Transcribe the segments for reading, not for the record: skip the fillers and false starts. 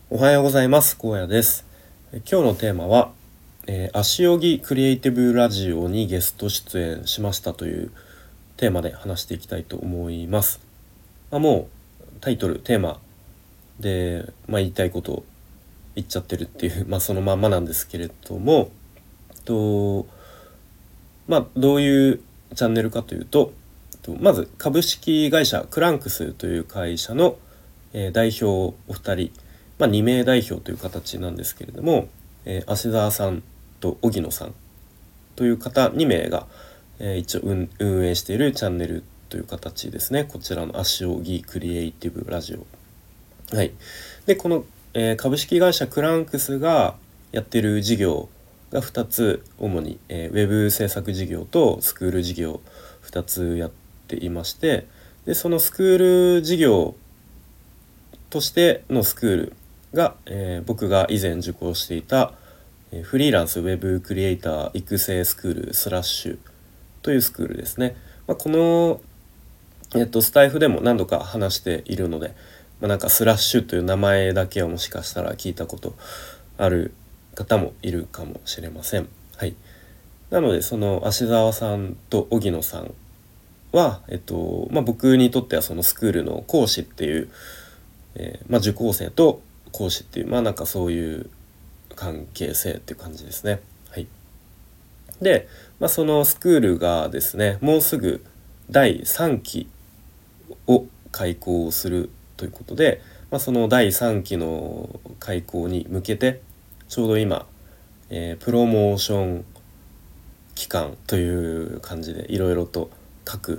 おはようございます。荒野です。今日のテーマは、足ヨギクリエイティブラジオにゲスト出演しましたというテーマで話していきたいと思います。もうタイトル、テーマで、言いたいことを言っちゃってるっていう、そのまんまなんですけれども、とどういうチャンネルかというと、まず株式会社クランクスという会社の、代表お二人、2名代表という形なんですけれども、芦沢さんと荻野さんという方2名が、一応運営しているチャンネルという形ですね。こちらの足荻クリエイティブラジオ。はい。で、この、株式会社クランクスがやっている事業が2つ主に、ウェブ制作事業とスクール事業2つやっていまして、でそのスクール事業としてのスクールが、僕が以前受講していた、フリーランスウェブクリエイター育成スクールスラッシュというスクールですね。この、スタイフでも何度か話しているので、なんかスラッシュという名前だけはもしかしたら聞いたことある方もいるかもしれません。はい。なのでその芦沢さんと荻野さんは、僕にとってはそのスクールの講師っていう、受講生と講師っていうなんかそういう関係性っていう感じですね。はい。で、そのスクールがですね、もうすぐ第3期を開講するということで、その第3期の開講に向けてちょうど今、プロモーション期間という感じでいろいろと各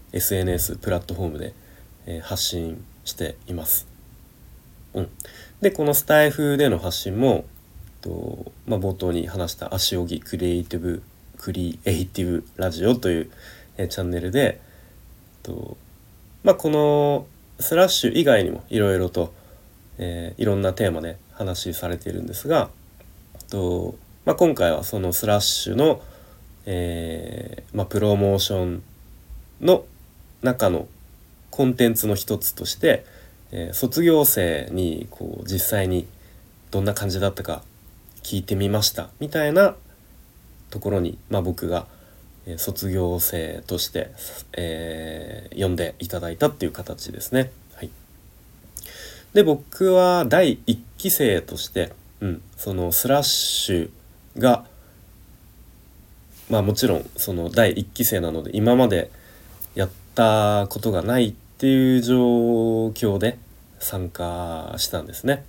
SNS プラットフォームで、発信しています。でこのスタイフでの発信も冒頭に話した足荻クリエイティブラジオという、チャンネルでこのスラッシュ以外にもいろいろと、いろんなテーマで話されているんですが今回はそのスラッシュの、プロモーションの中のコンテンツの一つとして、卒業生に実際にどんな感じだったか聞いてみましたみたいなところに、僕が卒業生として、呼んでいただいたっていう形ですね。はい。で僕は第1期生として、そのスラッシュがもちろんその第1期生なので今までやったことがないっていう状況で参加したんですね。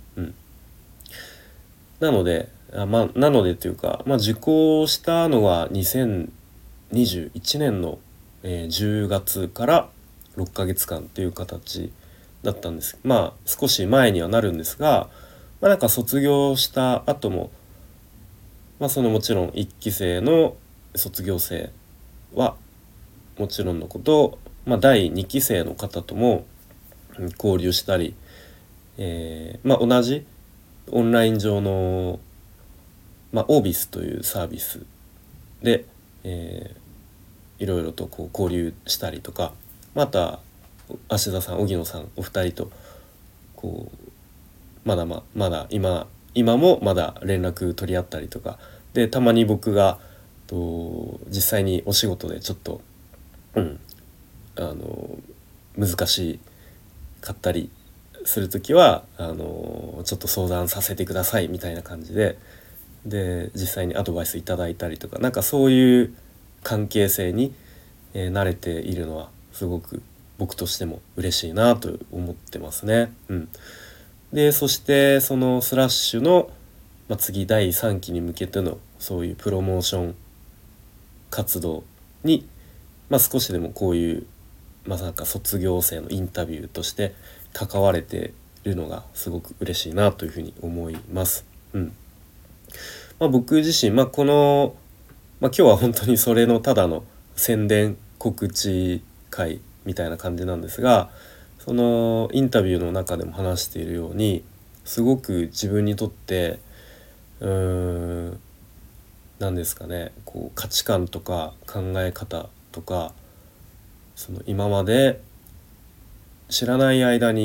なのでというか、受講したのは2021年の、10月から6ヶ月間っていう形だったんです。少し前にはなるんですが、なんか卒業した後も、そのもちろん1期生の卒業生はもちろんのこと、第2期生の方とも交流したり、同じオンライン上の、オービスというサービスで、いろいろと交流したりとか、また芦田さん荻野さんお二人とまだ今もまだ連絡取り合ったりとかで、たまに僕が実際にお仕事でちょっと難しかったりする時はちょっと相談させてくださいみたいな感じで実際にアドバイスいただいたりとか、なんかそういう関係性に、慣れているのはすごく僕としても嬉しいなと思ってますね。でそしてそのスラッシュの、次第3期に向けてのそういうプロモーション活動に、少しでもこういうなんか卒業生のインタビューとして関われているのがすごく嬉しいなというふうに思います。僕自身、この、今日は本当にそれのただの宣伝告知会みたいな感じなんですが、そのインタビューの中でも話しているようにすごく自分にとって何ですかね、価値観とか考え方とかその今まで知らない間に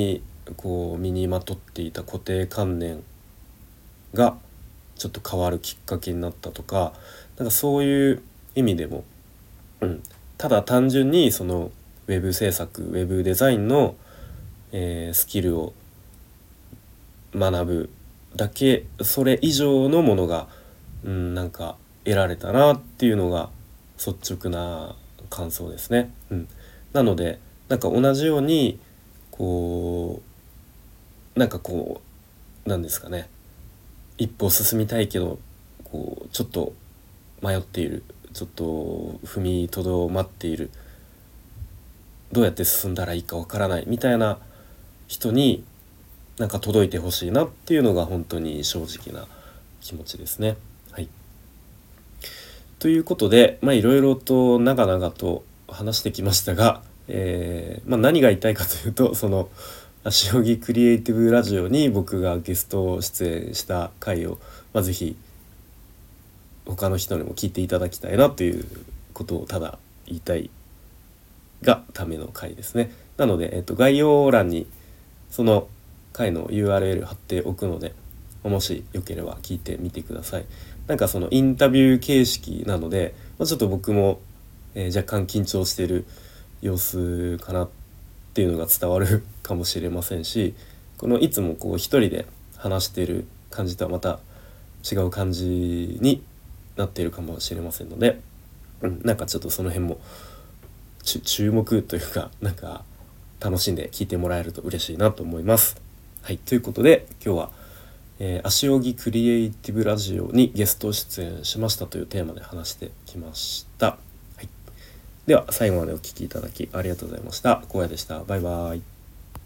こう身にまとっていた固定観念がちょっと変わるきっかけになったとか、なんかそういう意味でも、ただ単純にそのウェブ制作、ウェブデザインの、スキルを学ぶだけ、それ以上のものが、なんか得られたなっていうのが率直な感想ですね。なのでなんか同じようにこなんかなんですかね、一歩進みたいけどちょっと迷っている、ちょっと踏みとどまっている、どうやって進んだらいいかわからないみたいな人になんか届いてほしいなっていうのが本当に正直な気持ちですね。はい。ということで、いろいろと長々と話してきましたが、何が言いたいかというと、その足ヨギクリエイティブラジオに僕がゲスト出演した回を、ぜひ他の人にも聞いていただきたいなということをただ言いたいがための回ですね。なので、概要欄にその回の URL 貼っておくので、もしよければ聞いてみてください。なんかそのインタビュー形式なので、ちょっと僕も、若干緊張している様子かなっていうのが伝わるかもしれませんし、いつも一人で話している感じとはまた違う感じになっているかもしれませんので、なんかちょっとその辺も注目というか、なんか楽しんで聞いてもらえると嬉しいなと思います。はい、ということで今日は、足ヨギクリエイティブラジオにゲスト出演しましたというテーマで話してきました。はい、では最後までお聞きいただきありがとうございました。荒野でした。バイバイ。